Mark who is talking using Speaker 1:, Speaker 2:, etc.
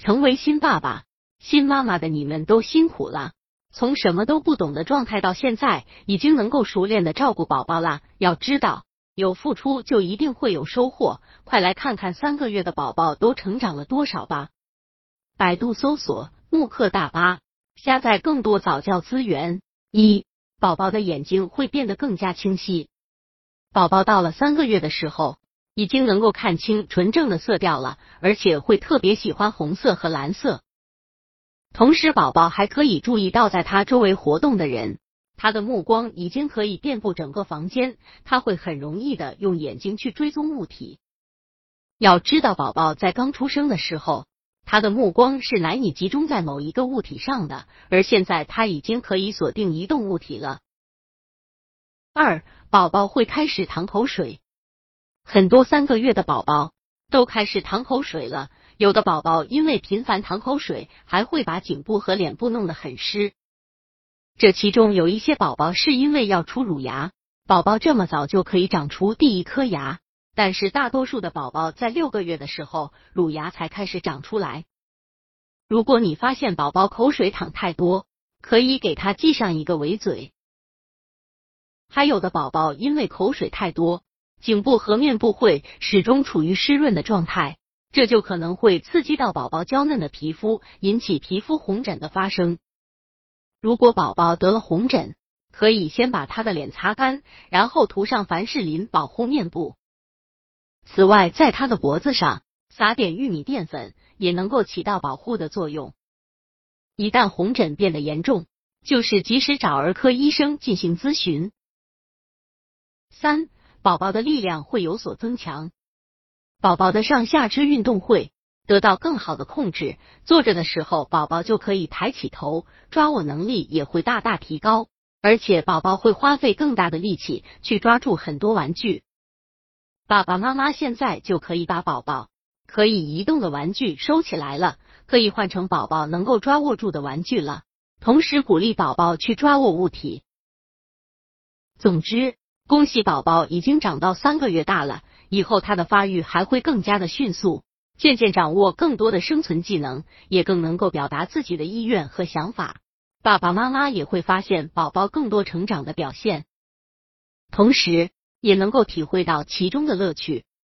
Speaker 1: 成为新爸爸、新妈妈的你们都辛苦了。从什么都不懂的状态到现在，已经能够熟练的照顾宝宝了。要知道，有付出就一定会有收获。快来看看3个月的宝宝都成长了多少吧。百度搜索慕课大巴，下载更多早教资源。1. 宝宝的眼睛会变得更加清晰。宝宝到了3个月的时候，已经能够看清纯正的色调了，而且会特别喜欢红色和蓝色。同时，宝宝还可以注意到在他周围活动的人，他的目光已经可以遍布整个房间，他会很容易的用眼睛去追踪物体。要知道，宝宝在刚出生的时候，他的目光是难以集中在某一个物体上的，而现在他已经可以锁定移动物体了。2. 宝宝会开始淌口水。很多3个月的宝宝都开始淌口水了，有的宝宝因为频繁淌口水，还会把颈部和脸部弄得很湿。这其中有一些宝宝是因为要出乳牙，宝宝这么早就可以长出第一颗牙，但是大多数的宝宝在6个月的时候，乳牙才开始长出来。如果你发现宝宝口水淌太多，可以给他系上一个围嘴。还有的宝宝因为口水太多，颈部和面部会始终处于湿润的状态，这就可能会刺激到宝宝娇嫩的皮肤，引起皮肤红疹的发生。如果宝宝得了红疹，可以先把他的脸擦干，然后涂上凡士林保护面部。此外，在他的脖子上撒点玉米淀粉，也能够起到保护的作用。一旦红疹变得严重，就是及时找儿科医生进行咨询。3. 宝宝的力量会有所增强。宝宝的上下肢运动会得到更好的控制，坐着的时候宝宝就可以抬起头，抓握能力也会大大提高，而且宝宝会花费更大的力气去抓住很多玩具。爸爸妈妈现在就可以把宝宝可以移动的玩具收起来了，可以换成宝宝能够抓握住的玩具了，同时鼓励宝宝去抓握物体。总之，恭喜宝宝已经长到3个月大了，以后他的发育还会更加的迅速，渐渐掌握更多的生存技能，也更能够表达自己的意愿和想法。爸爸妈妈也会发现宝宝更多成长的表现，同时也能够体会到其中的乐趣。